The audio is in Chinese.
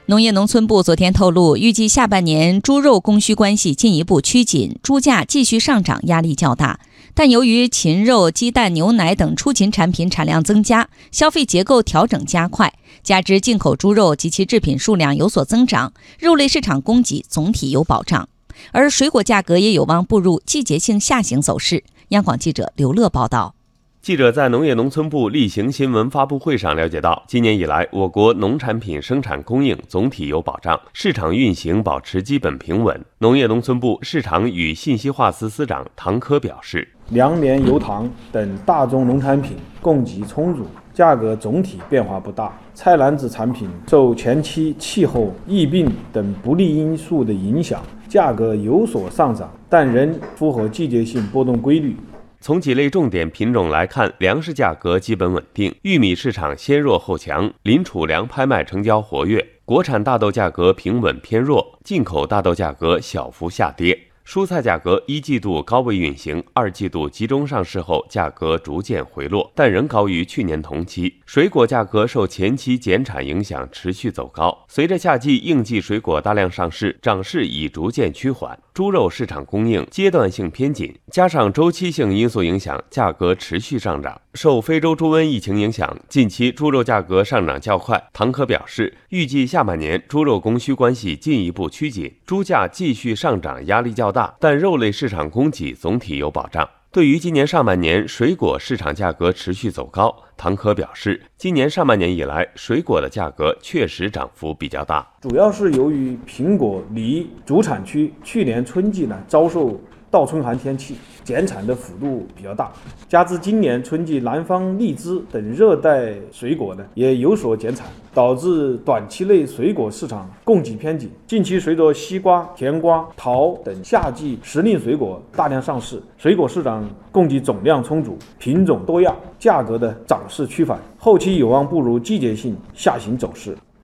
农业农村部昨天透露，预计下半年猪肉供需关系进一步趋紧，猪价继续上涨压力较大。但由于禽肉、鸡蛋、牛奶等出禽产品产量增加，消费结构调整加快，加之进口猪肉及其制品数量有所增长，肉类市场供给总体有保障。而水果价格也有望步入季节性下行走势。央广记者刘乐报道。 记者在农业农村部例行新闻发布会上了解到，今年以来，我国农产品生产供应总体有保障，市场运行保持基本平稳。农业农村部市场与信息化司司长唐科表示， 粮棉油糖等大宗农产品供给充足，价格总体变化不大。菜篮子产品受前期气候、疫病等不利因素的影响，价格有所上涨，但仍符合季节性波动规律。 从几类重点品种来看，粮食价格基本稳定，玉米市场先弱后强，临储粮拍卖成交活跃，国产大豆价格平稳偏弱，进口大豆价格小幅下跌。蔬菜价格一季度高位运行，二季度集中上市后价格逐渐回落，但仍高于去年同期。水果价格受前期减产影响持续走高，随着夏季应季水果大量上市，涨势已逐渐趋缓。猪肉市场供应阶段性偏紧，加上周期性因素影响，价格持续上涨。受非洲猪瘟疫情影响，近期猪肉价格上涨较快。唐科表示，预计下半年猪肉供需关系进一步趋紧，猪价继续上涨压力较大，但肉类市场供给总体有保障。对于今年上半年水果市场价格持续走高，唐科表示，今年上半年以来，水果的价格确实涨幅比较大， 主要是由于苹果、梨主产区去年春季遭受倒春寒天气，减产的幅度比较大，加之今年春季南方荔枝等热带水果也有所减产，导致短期内水果市场供给偏紧。近期随着西瓜、甜瓜、桃等夏季时令水果大量上市，水果市场供给总量充足，品种多样，价格的涨势趋缓，后期有望步入季节性下行走势。